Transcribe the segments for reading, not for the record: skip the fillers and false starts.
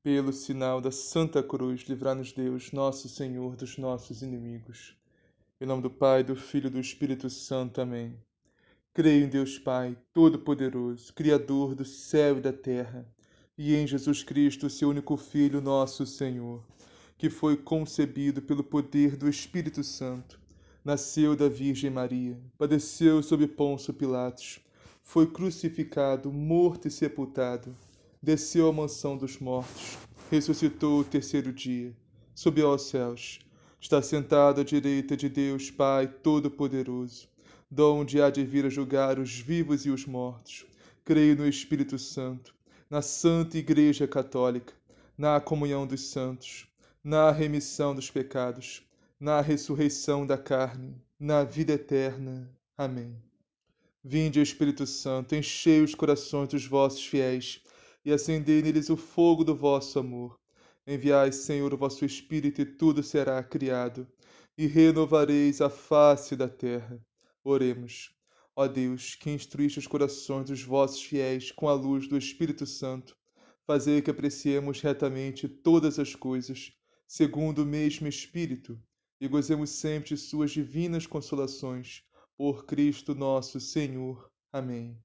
Pelo sinal da Santa Cruz, livrai-nos Deus, nosso Senhor, dos nossos inimigos. Em nome do Pai, do Filho e do Espírito Santo. Amém. Creio em Deus Pai, Todo-Poderoso, Criador do céu e da terra, e em Jesus Cristo, seu único Filho, nosso Senhor, que foi concebido pelo poder do Espírito Santo, nasceu da Virgem Maria, padeceu sob Pôncio Pilatos, foi crucificado, morto e sepultado, desceu à mansão dos mortos, ressuscitou o terceiro dia, subiu aos céus, está sentado à direita de Deus Pai Todo-Poderoso, donde há de vir a julgar os vivos e os mortos. Creio no Espírito Santo, na Santa Igreja Católica, na comunhão dos santos, na remissão dos pecados, na ressurreição da carne, na vida eterna. Amém. Vinde, Espírito Santo, enchei os corações dos vossos fiéis e acendei neles o fogo do vosso amor. Enviai, Senhor, o vosso Espírito, e tudo será criado, e renovareis a face da terra. Oremos. Ó Deus, que instruíste os corações dos vossos fiéis com a luz do Espírito Santo, fazei que apreciemos retamente todas as coisas, segundo o mesmo Espírito, e gozemos sempre de suas divinas consolações. Por Cristo nosso Senhor. Amém.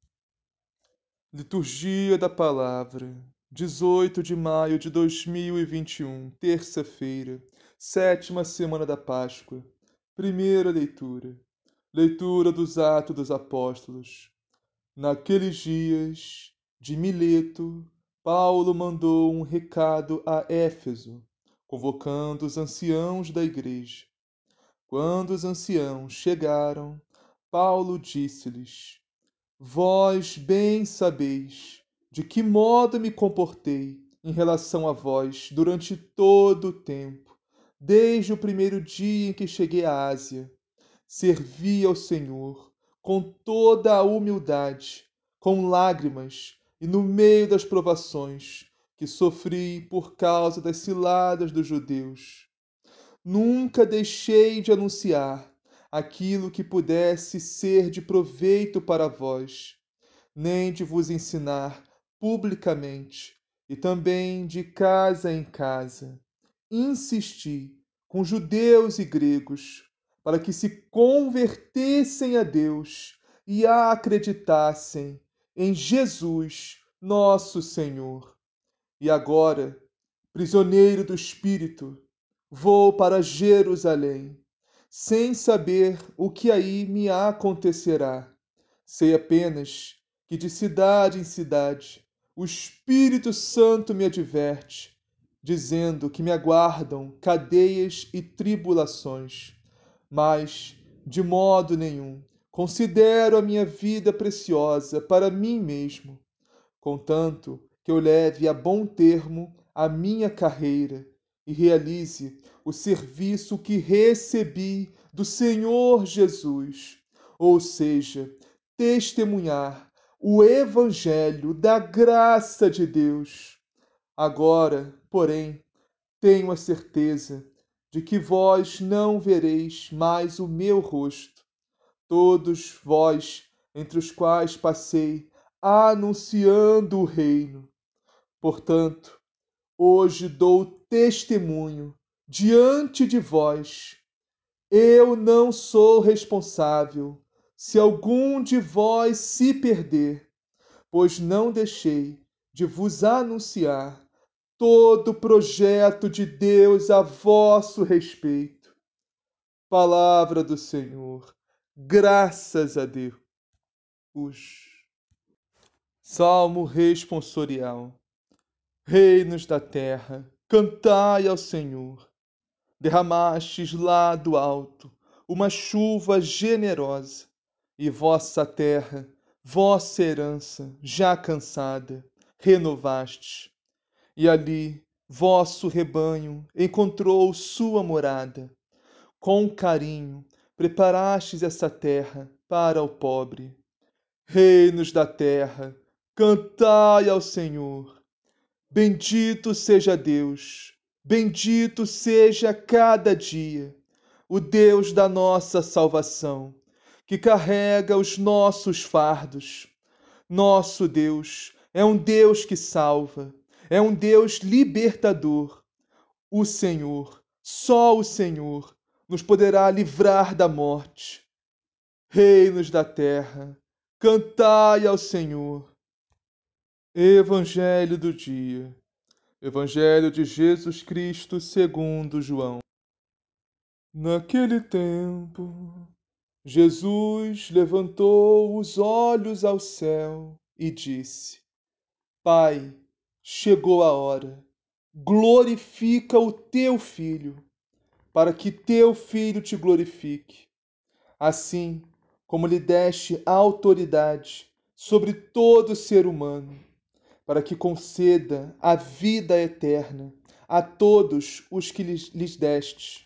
Liturgia da Palavra, 18 de maio de 2021, terça-feira, sétima semana da Páscoa. Primeira leitura. Leitura dos Atos dos Apóstolos. Naqueles dias de Mileto, Paulo mandou um recado a Éfeso, convocando os anciãos da igreja. Quando os anciãos chegaram, Paulo disse-lhes: Vós bem sabeis de que modo me comportei em relação a vós durante todo o tempo, desde o primeiro dia em que cheguei à Ásia. Servi ao Senhor com toda a humildade, com lágrimas e no meio das provações que sofri por causa das ciladas dos judeus. Nunca deixei de anunciar aquilo que pudesse ser de proveito para vós, nem de vos ensinar publicamente, e também de casa em casa. Insisti com judeus e gregos para que se convertessem a Deus e acreditassem em Jesus, nosso Senhor. E agora, prisioneiro do Espírito, vou para Jerusalém, sem saber o que aí me acontecerá. Sei apenas que de cidade em cidade o Espírito Santo me adverte, dizendo que me aguardam cadeias e tribulações. Mas, de modo nenhum, considero a minha vida preciosa para mim mesmo, contanto que eu leve a bom termo a minha carreira e realize o serviço que recebi do Senhor Jesus, ou seja, testemunhar o Evangelho da graça de Deus. Agora, porém, tenho a certeza de que vós não vereis mais o meu rosto. Todos vós, entre os quais passei, anunciando o reino. Portanto, hoje dou testemunho diante de vós. Eu não sou responsável se algum de vós se perder, pois não deixei de vos anunciar todo o projeto de Deus a vosso respeito. Palavra do Senhor. Graças a Deus. Salmo responsorial. Reinos da terra, cantai ao Senhor. Derramastes lá do alto uma chuva generosa, e vossa terra, vossa herança, já cansada, renovastes. E ali vosso rebanho encontrou sua morada. Com carinho preparastes essa terra para o pobre. Reinos da terra, cantai ao Senhor. Bendito seja Deus, bendito seja cada dia, o Deus da nossa salvação, que carrega os nossos fardos. Nosso Deus é um Deus que salva, É um Deus libertador. O Senhor, só o Senhor, nos poderá livrar da morte. Reinos da terra, cantai ao Senhor. Evangelho do dia. Evangelho de Jesus Cristo segundo João. Naquele tempo, Jesus levantou os olhos ao céu e disse: Pai, chegou a hora. Glorifica o teu Filho, para que teu Filho te glorifique. Assim como lhe deste autoridade sobre todo ser humano, para que conceda a vida eterna a todos os que lhes deste.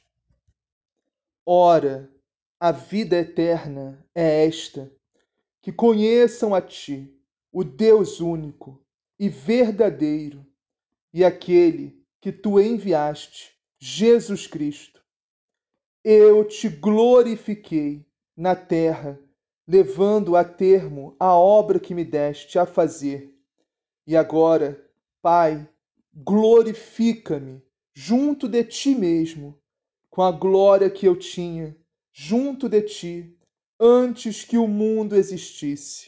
Ora, a vida eterna é esta, que conheçam a ti, o Deus único e verdadeiro, e aquele que tu enviaste, Jesus Cristo. Eu te glorifiquei na terra, levando a termo a obra que me deste a fazer. E agora, Pai, glorifica-me junto de ti mesmo, com a glória que eu tinha junto de ti antes que o mundo existisse.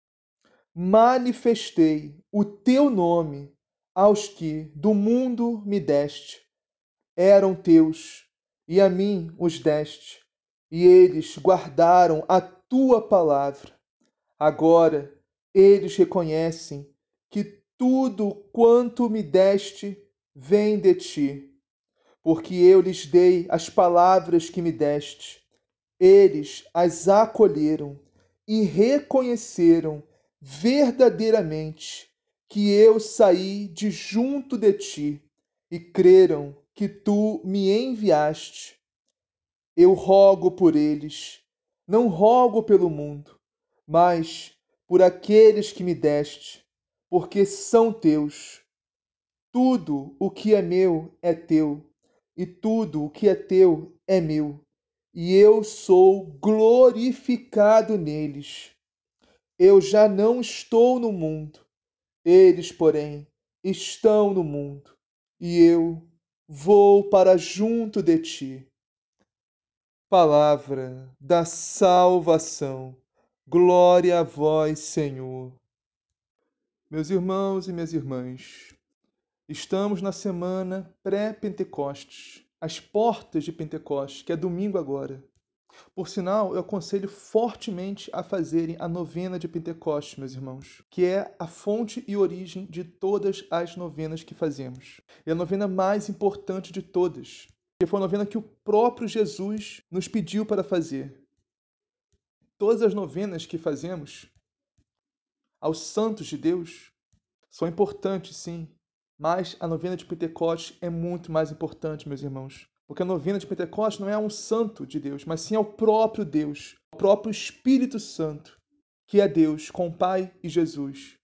Manifestei o teu nome aos que do mundo me deste. Eram teus, e a mim os deste, e eles guardaram a tua palavra. Agora eles reconhecem que tudo quanto me deste vem de ti, porque eu lhes dei as palavras que me deste. Eles as acolheram e reconheceram verdadeiramente que eu saí de junto de ti e creram que tu me enviaste. Eu rogo por eles, não rogo pelo mundo, mas por aqueles que me deste, porque são teus. Tudo o que é meu é teu, e tudo o que é teu é meu, e eu sou glorificado neles. Eu já não estou no mundo, eles, porém, estão no mundo, e eu vou para junto de ti. Palavra da salvação. Glória a vós, Senhor. Meus irmãos e minhas irmãs, estamos na semana pré-Pentecostes, às portas de Pentecostes, que é domingo agora. Por sinal, eu aconselho fortemente a fazerem a novena de Pentecostes, meus irmãos, que é a fonte e origem de todas as novenas que fazemos. É a novena mais importante de todas, porque foi a novena que o próprio Jesus nos pediu para fazer. Todas as novenas que fazemos aos santos de Deus são importantes, sim, mas a novena de Pentecostes é muito mais importante, meus irmãos. Porque a novena de Pentecostes não é a um santo de Deus, mas sim ao próprio Deus, ao próprio Espírito Santo, que é Deus com o Pai e Jesus.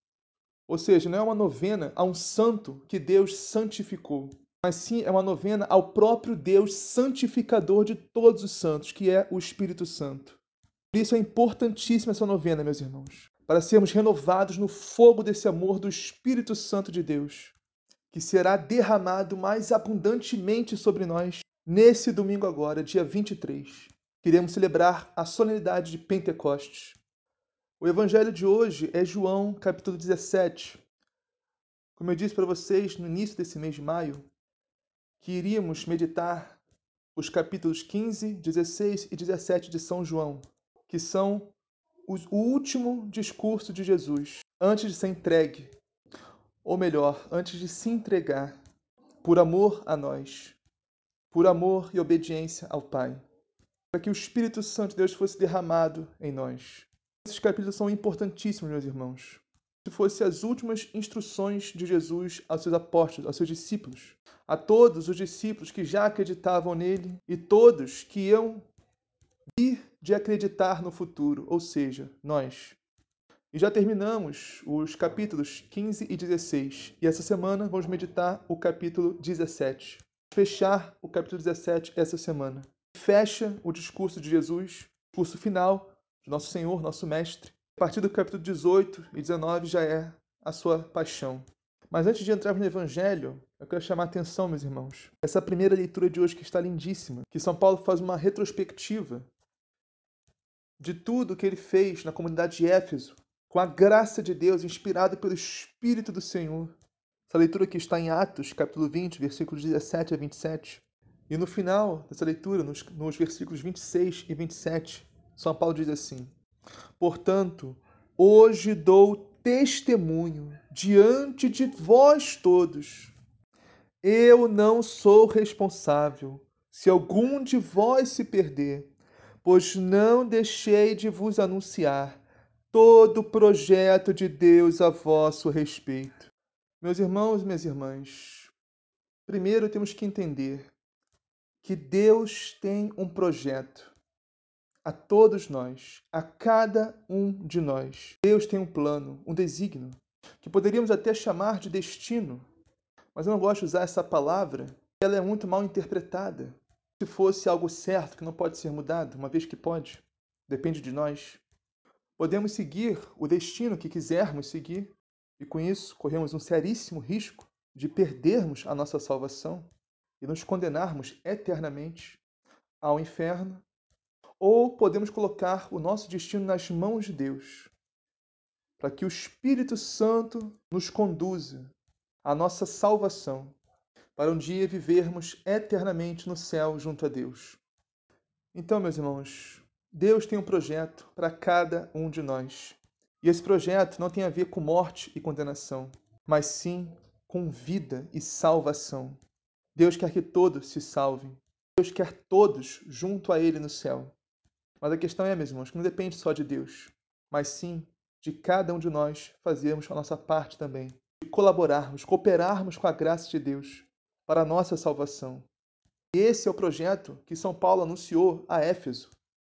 Ou seja, não é uma novena a um santo que Deus santificou, mas sim é uma novena ao próprio Deus santificador de todos os santos, que é o Espírito Santo. Por isso é importantíssima essa novena, meus irmãos, para sermos renovados no fogo desse amor do Espírito Santo de Deus, que será derramado mais abundantemente sobre nós nesse domingo agora, dia 23. Queremos celebrar a solenidade de Pentecostes. O evangelho de hoje é João, capítulo 17. Como eu disse para vocês no início desse mês de maio, que iríamos meditar os capítulos 15, 16 e 17 de São João, que são o último discurso de Jesus antes de ser entregue, ou melhor, antes de se entregar por amor a nós, por amor e obediência ao Pai, para que o Espírito Santo de Deus fosse derramado em nós. Esses capítulos são importantíssimos, meus irmãos. Se fossem as últimas instruções de Jesus aos seus apóstolos, aos seus discípulos, a todos os discípulos que já acreditavam nele e todos que iam vir de acreditar no futuro, ou seja, nós. E já terminamos os capítulos 15 e 16. E essa semana vamos meditar o capítulo 17. Fechar o capítulo 17 essa semana. Fecha o discurso de Jesus, o discurso final de nosso Senhor, nosso Mestre. A partir do capítulo 18 e 19 já é a sua paixão. Mas antes de entrarmos no Evangelho, eu quero chamar a atenção, meus irmãos. Essa primeira leitura de hoje que está lindíssima, que São Paulo faz uma retrospectiva de tudo que ele fez na comunidade de Éfeso, com a graça de Deus, inspirado pelo Espírito do Senhor. Essa leitura que está em Atos, capítulo 20, versículos 17 a 27. E no final dessa leitura, nos versículos 26 e 27, São Paulo diz assim: Portanto, hoje dou testemunho diante de vós todos. Eu não sou responsável se algum de vós se perder, pois não deixei de vos anunciar todo o projeto de Deus a vosso respeito. Meus irmãos e minhas irmãs, primeiro temos que entender que Deus tem um projeto a todos nós, a cada um de nós. Deus tem um plano, um desígnio, que poderíamos até chamar de destino, mas eu não gosto de usar essa palavra, ela é muito mal interpretada. Se fosse algo certo que não pode ser mudado, uma vez que pode, depende de nós. Podemos seguir o destino que quisermos seguir, e com isso corremos um seríssimo risco de perdermos a nossa salvação e nos condenarmos eternamente ao inferno, ou podemos colocar o nosso destino nas mãos de Deus, para que o Espírito Santo nos conduza à nossa salvação, para um dia vivermos eternamente no céu junto a Deus. Então, meus irmãos, Deus tem um projeto para cada um de nós. E esse projeto não tem a ver com morte e condenação, mas sim com vida e salvação. Deus quer que todos se salvem. Deus quer todos junto a Ele no céu. Mas a questão é, meus irmãos, que não depende só de Deus, mas sim de cada um de nós fazermos a nossa parte também, de colaborarmos, cooperarmos com a graça de Deus para a nossa salvação. E esse é o projeto que São Paulo anunciou a Éfeso.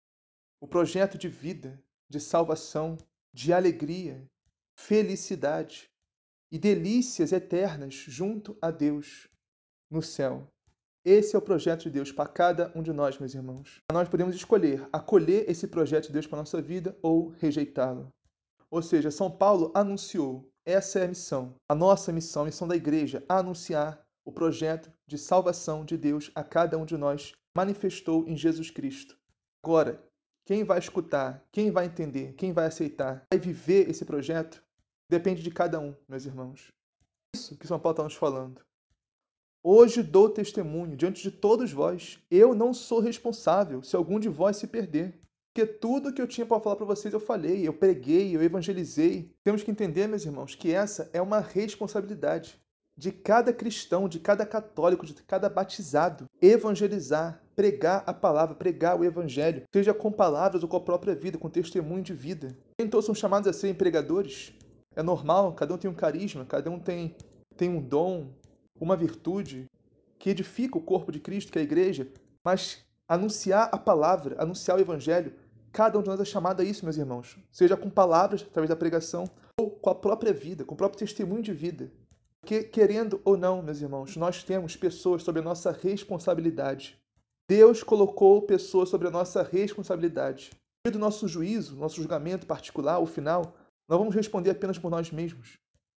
O projeto de vida, de salvação, de alegria, felicidade e delícias eternas junto a Deus no céu. Esse é o projeto de Deus para cada um de nós, meus irmãos. Nós podemos escolher acolher esse projeto de Deus para a nossa vida ou rejeitá-lo. Ou seja, São Paulo anunciou, essa é a missão, a missão da igreja, anunciar o projeto de salvação de Deus a cada um de nós, manifestou em Jesus Cristo. Agora, quem vai escutar, quem vai entender, quem vai aceitar, vai viver esse projeto, depende de cada um, meus irmãos. Isso que São Paulo está nos falando. Hoje dou testemunho diante de todos vós. Eu não sou responsável se algum de vós se perder. Porque tudo que eu tinha para falar para vocês eu falei, eu preguei, eu evangelizei. Temos que entender, meus irmãos, que essa é uma responsabilidade de cada cristão, de cada católico, de cada batizado. Evangelizar, pregar a palavra, pregar o evangelho, seja com palavras ou com a própria vida, com testemunho de vida. Nem todos são chamados a serem pregadores. É normal, cada um tem um carisma, cada um tem um dom, uma virtude que edifica o corpo de Cristo, que é a igreja, mas anunciar a palavra, anunciar o evangelho, cada um de nós é chamado a isso, meus irmãos, seja com palavras, através da pregação, ou com a própria vida, com o próprio testemunho de vida. Porque, querendo ou não, meus irmãos, nós temos pessoas sob a nossa responsabilidade. Deus colocou pessoas sobre a nossa responsabilidade. E do nosso juízo, nosso julgamento particular, o final, não vamos responder apenas por nós mesmos.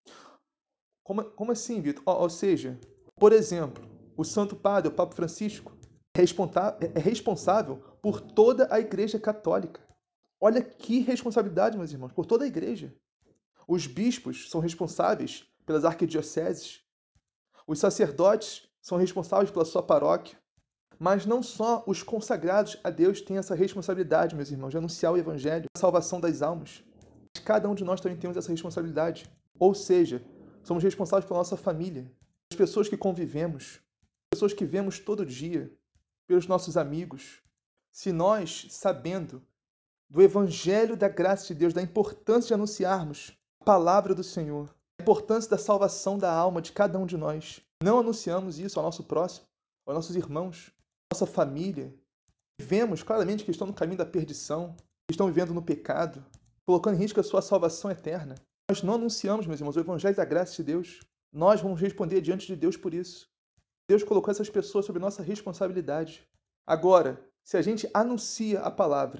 Como assim, Vitor? Ou seja, por exemplo, o Santo Padre, o Papa Francisco, é responsável por toda a Igreja Católica. Olha que responsabilidade, meus irmãos, por toda a Igreja. Os bispos são responsáveis pelas arquidioceses. Os sacerdotes são responsáveis pela sua paróquia. Mas não só os consagrados a Deus têm essa responsabilidade, meus irmãos, de anunciar o Evangelho, a salvação das almas. Cada um de nós também temos essa responsabilidade. Ou seja, somos responsáveis pela nossa família, pelas pessoas que convivemos, pessoas que vemos todo dia, pelos nossos amigos. Se nós, sabendo do Evangelho da graça de Deus, da importância de anunciarmos a palavra do Senhor, a importância da salvação da alma de cada um de nós, não anunciamos isso ao nosso próximo, aos nossos irmãos, à nossa família, vemos claramente que estão no caminho da perdição, que estão vivendo no pecado, colocando em risco a sua salvação eterna. Nós não anunciamos, meus irmãos, o Evangelho da graça de Deus. Nós vamos responder diante de Deus por isso. Deus colocou essas pessoas sob nossa responsabilidade. Agora, se a gente anuncia a palavra,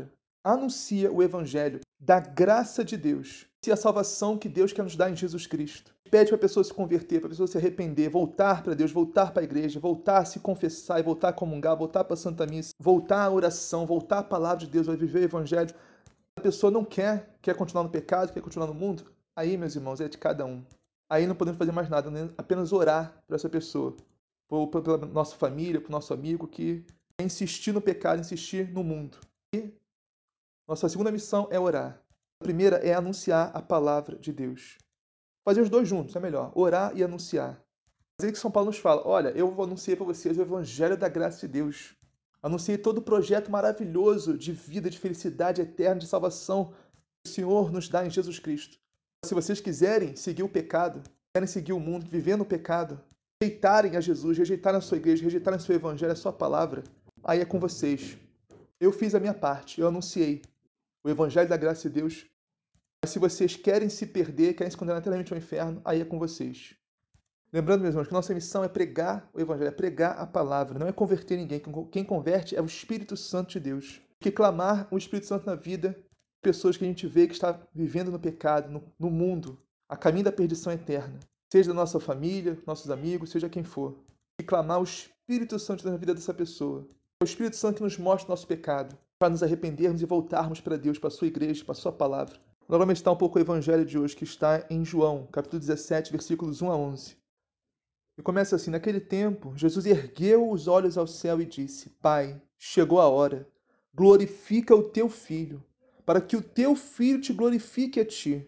anuncia o evangelho da graça de Deus e a salvação que Deus quer nos dar em Jesus Cristo. Pede para a pessoa se converter, para a pessoa se arrepender, voltar para Deus, voltar para a igreja, voltar a se confessar e voltar a comungar, voltar para a Santa Missa, voltar à oração, voltar à palavra de Deus, vai viver o evangelho. A pessoa não quer continuar no pecado, quer continuar no mundo, aí, meus irmãos, é de cada um. Aí não podemos fazer mais nada, né? Apenas orar para essa pessoa, pela nossa família, para o nosso amigo que quer insistir no pecado, insistir no mundo. E nossa segunda missão é orar. A primeira é anunciar a palavra de Deus. Fazer os dois juntos é melhor, orar e anunciar. Mas aí que São Paulo nos fala, olha, eu vou anunciar para vocês o evangelho da graça de Deus. Anunciei todo o projeto maravilhoso de vida, de felicidade eterna, de salvação que o Senhor nos dá em Jesus Cristo. Se vocês quiserem seguir o pecado, querem seguir o mundo, vivendo o pecado, rejeitarem a Jesus, rejeitarem a sua igreja, rejeitarem o seu evangelho, a sua palavra, aí é com vocês. Eu fiz a minha parte, eu anunciei o evangelho da graça de Deus. Mas se vocês querem se perder, querem se condenar eternamente ao inferno, aí é com vocês. Lembrando, meus irmãos, que nossa missão é pregar o evangelho, é pregar a palavra, não é converter ninguém. Quem converte é o Espírito Santo de Deus. Que clamar o Espírito Santo na vida de pessoas que a gente vê que está vivendo no pecado, no mundo, a caminho da perdição eterna. Seja da nossa família, nossos amigos, seja quem for. Que clamar o Espírito Santo na vida dessa pessoa. É o Espírito Santo que nos mostra o nosso pecado, para nos arrependermos e voltarmos para Deus, para a sua igreja, para a sua palavra. Agora vamos meditar um pouco o evangelho de hoje, que está em João, capítulo 17, versículos 1 a 11. E começa assim: naquele tempo, Jesus ergueu os olhos ao céu e disse: Pai, chegou a hora. Glorifica o teu filho, para que o teu filho te glorifique a ti.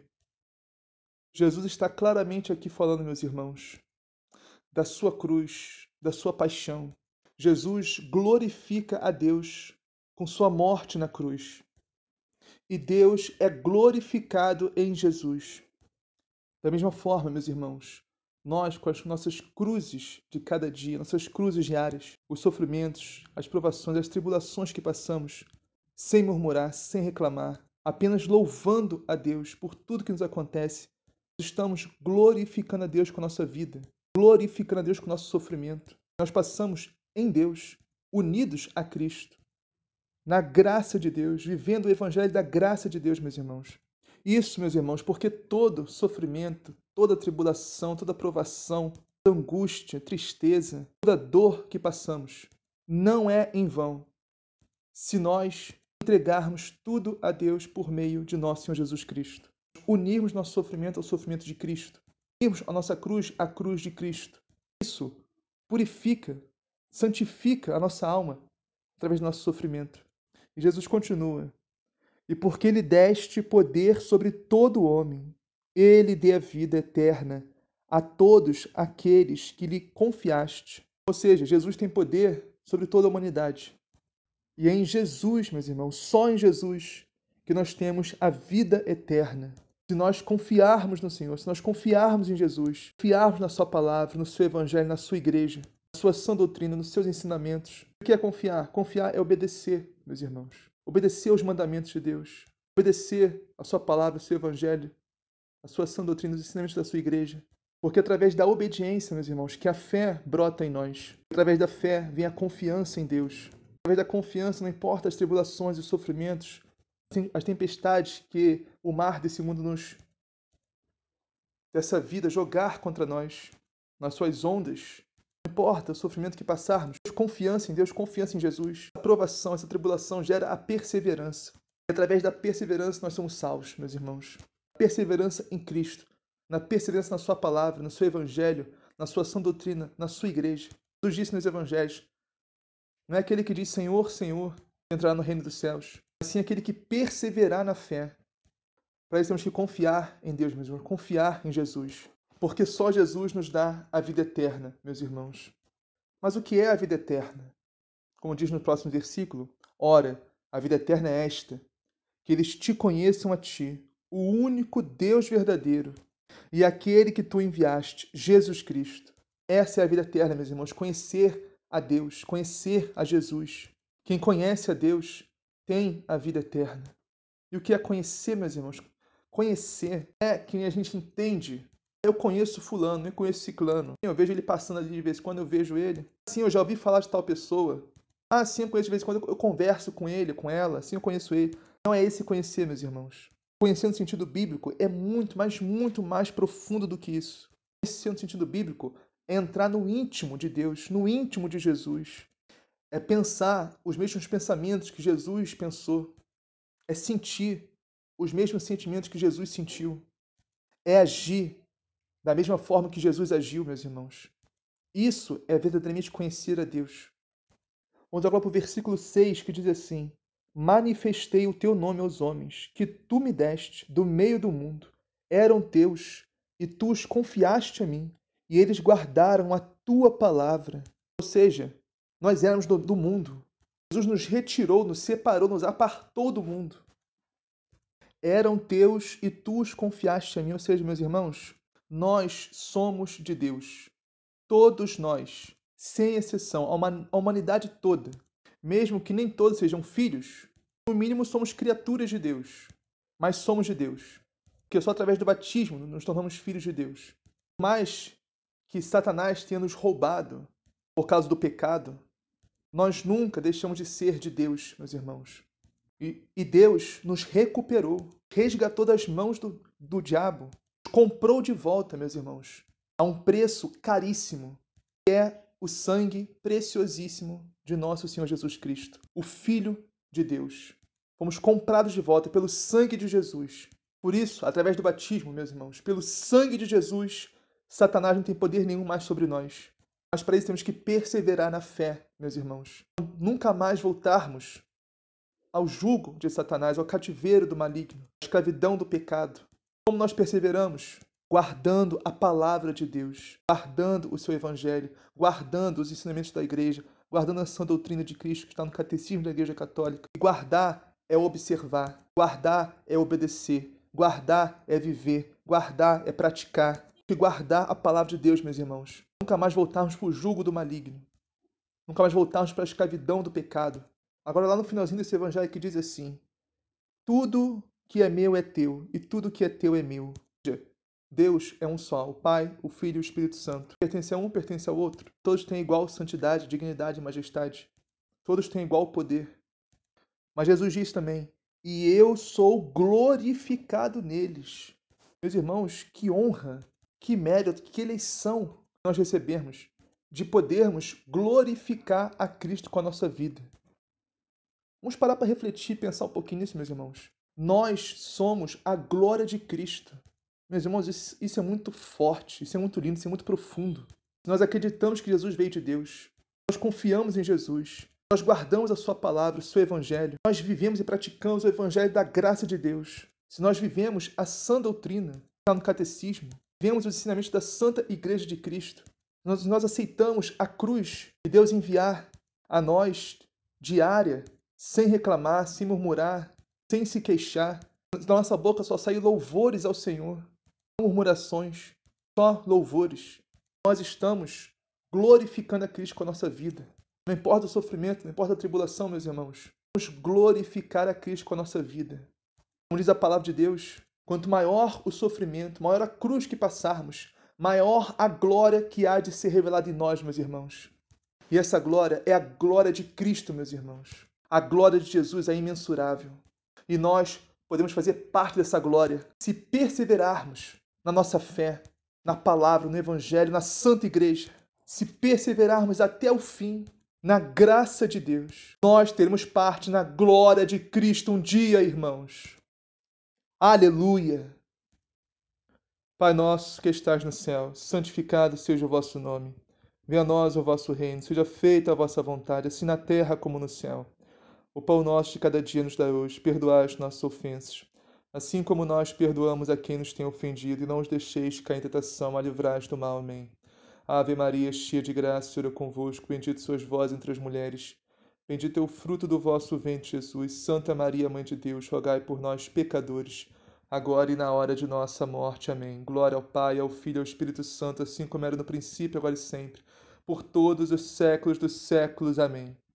Jesus está claramente aqui falando, meus irmãos, da sua cruz, da sua paixão. Jesus glorifica a Deus com sua morte na cruz. E Deus é glorificado em Jesus. Da mesma forma, meus irmãos, nós, com as nossas cruzes de cada dia, nossas cruzes diárias, os sofrimentos, as provações, as tribulações que passamos, sem murmurar, sem reclamar, apenas louvando a Deus por tudo que nos acontece, estamos glorificando a Deus com a nossa vida, glorificando a Deus com o nosso sofrimento. Nós passamos em Deus, unidos a Cristo, na graça de Deus, vivendo o evangelho da graça de Deus, meus irmãos. Isso, meus irmãos, porque todo sofrimento, toda tribulação, toda provação, toda angústia, tristeza, toda dor que passamos não é em vão se nós entregarmos tudo a Deus por meio de nosso Senhor Jesus Cristo. Unirmos nosso sofrimento ao sofrimento de Cristo. Unirmos a nossa cruz à cruz de Cristo. Isso purifica, santifica a nossa alma através do nosso sofrimento. E Jesus continua: e porque lhe deste poder sobre todo homem, ele dê a vida eterna a todos aqueles que lhe confiaste. Ou seja, Jesus tem poder sobre toda a humanidade. E é em Jesus, meus irmãos, só em Jesus, que nós temos a vida eterna. Se nós confiarmos no Senhor, se nós confiarmos em Jesus, confiarmos na sua palavra, no seu evangelho, na sua igreja, na sua sã doutrina, nos seus ensinamentos. O que é confiar? Confiar é obedecer, meus irmãos. Obedecer aos mandamentos de Deus. Obedecer a sua palavra, o seu evangelho, a sua sã doutrina, os ensinamentos da sua igreja. Porque através da obediência, meus irmãos, que a fé brota em nós. Através da fé vem a confiança em Deus. Através da confiança, não importa as tribulações e os sofrimentos, as tempestades que o mar desse mundo dessa vida jogar contra nós, nas suas ondas. Não importa o sofrimento que passarmos, confiança em Deus, confiança em Jesus. A provação, essa tribulação gera a perseverança. E através da perseverança nós somos salvos, meus irmãos. Perseverança em Cristo, na perseverança na sua palavra, no seu evangelho, na sua sã doutrina, na sua igreja. Jesus disse nos evangelhos: não é aquele que diz Senhor, Senhor, que entrará no reino dos céus, mas sim aquele que perseverar na fé. Para isso temos que confiar em Deus, meus irmãos, confiar em Jesus. Porque só Jesus nos dá a vida eterna, meus irmãos. Mas o que é a vida eterna? Como diz no próximo versículo, ora, a vida eterna é esta, que eles te conheçam a ti, o único Deus verdadeiro, e aquele que tu enviaste, Jesus Cristo. Essa é a vida eterna, meus irmãos, conhecer a Deus, conhecer a Jesus. Quem conhece a Deus tem a vida eterna. E o que é conhecer, meus irmãos? Conhecer é quem a gente entende. Eu conheço fulano, eu conheço ciclano. Eu vejo ele passando ali de vez em quando, eu vejo ele. Sim, eu já ouvi falar de tal pessoa. Ah, sim, eu conheço de vez em quando, eu converso com ele, com ela. Sim, eu conheço ele. Não é esse conhecer, meus irmãos. Conhecer no sentido bíblico é muito mais profundo do que isso. Conhecer no sentido bíblico é entrar no íntimo de Deus, no íntimo de Jesus. É pensar os mesmos pensamentos que Jesus pensou. É sentir os mesmos sentimentos que Jesus sentiu. É agir da mesma forma que Jesus agiu, meus irmãos. Isso é verdadeiramente conhecer a Deus. Vamos agora para o versículo 6, que diz assim: Manifestei o teu nome aos homens, que tu me deste do meio do mundo. Eram teus, e tu os confiaste a mim, e eles guardaram a tua palavra. Ou seja, nós éramos do mundo. Jesus nos retirou, nos separou, nos apartou do mundo. Eram teus e tu os confiaste a mim. Ou seja, meus irmãos, nós somos de Deus. Todos nós, sem exceção, a humanidade toda, mesmo que nem todos sejam filhos, no mínimo somos criaturas de Deus, mas somos de Deus, porque só através do batismo nos tornamos filhos de Deus. Mas que Satanás tenha nos roubado por causa do pecado, nós nunca deixamos de ser de Deus, meus irmãos. E Deus nos recuperou, resgatou das mãos do diabo, comprou de volta, meus irmãos, a um preço caríssimo, que é o sangue preciosíssimo de nosso Senhor Jesus Cristo, o Filho de Deus. Fomos comprados de volta pelo sangue de Jesus. Por isso, através do batismo, meus irmãos, pelo sangue de Jesus, Satanás não tem poder nenhum mais sobre nós. Mas para isso temos que perseverar na fé, meus irmãos. Nunca mais voltarmos ao jugo de Satanás, ao cativeiro do maligno, à escravidão do pecado. Como nós perseveramos? Guardando a palavra de Deus, guardando o seu evangelho, guardando os ensinamentos da igreja, guardando a sã doutrina de Cristo que está no catecismo da Igreja Católica. E guardar é observar, guardar é obedecer, guardar é viver, guardar é praticar. E guardar a palavra de Deus, meus irmãos. Nunca mais voltarmos para o jugo do maligno. Nunca mais voltarmos para a escravidão do pecado. Agora, lá no finalzinho desse evangelho que diz assim: tudo que é meu é teu, e tudo que é teu é meu. Ou seja, Deus é um só, o Pai, o Filho e o Espírito Santo. Pertence a um, pertence ao outro. Todos têm igual santidade, dignidade e majestade. Todos têm igual poder. Mas Jesus diz também: e eu sou glorificado neles. Meus irmãos, que honra, que mérito, que eleição nós recebemos de podermos glorificar a Cristo com a nossa vida. Vamos parar para refletir e pensar um pouquinho nisso, meus irmãos. Nós somos a glória de Cristo. Meus irmãos, isso é muito forte, isso é muito lindo, isso é muito profundo. Nós acreditamos que Jesus veio de Deus. Nós confiamos em Jesus. Nós guardamos a sua palavra, o seu evangelho. Nós vivemos e praticamos o evangelho da graça de Deus. Se nós vivemos a sã doutrina, que está no catecismo, vivemos os ensinamentos da Santa Igreja de Cristo, nós aceitamos a cruz que Deus enviar a nós diária, sem reclamar, sem murmurar, sem se queixar. Da nossa boca só saem louvores ao Senhor, não murmurações, só louvores. Nós estamos glorificando a Cristo com a nossa vida. Não importa o sofrimento, não importa a tribulação, meus irmãos. Vamos glorificar a Cristo com a nossa vida. Como diz a palavra de Deus, quanto maior o sofrimento, maior a cruz que passarmos, maior a glória que há de ser revelada em nós, meus irmãos. E essa glória é a glória de Cristo, meus irmãos. A glória de Jesus é imensurável. E nós podemos fazer parte dessa glória se perseverarmos na nossa fé, na palavra, no Evangelho, na Santa Igreja. Se perseverarmos até o fim, na graça de Deus, nós teremos parte na glória de Cristo um dia, irmãos. Aleluia! Pai nosso que estás no céu, santificado seja o vosso nome. Venha a nós o vosso reino, seja feita a vossa vontade, assim na terra como no céu. O pão nosso de cada dia nos dá hoje, perdoai as nossas ofensas, assim como nós perdoamos a quem nos tem ofendido, e não os deixeis cair em tentação, mas livrai-nos do mal. Amém. Ave Maria, cheia de graça, o Senhor é convosco, bendita sois vós entre as mulheres, bendito é o fruto do vosso ventre, Jesus. Santa Maria, Mãe de Deus, rogai por nós, pecadores, agora e na hora de nossa morte. Amém. Glória ao Pai, ao Filho e ao Espírito Santo, assim como era no princípio, agora e sempre, por todos os séculos dos séculos. Amém.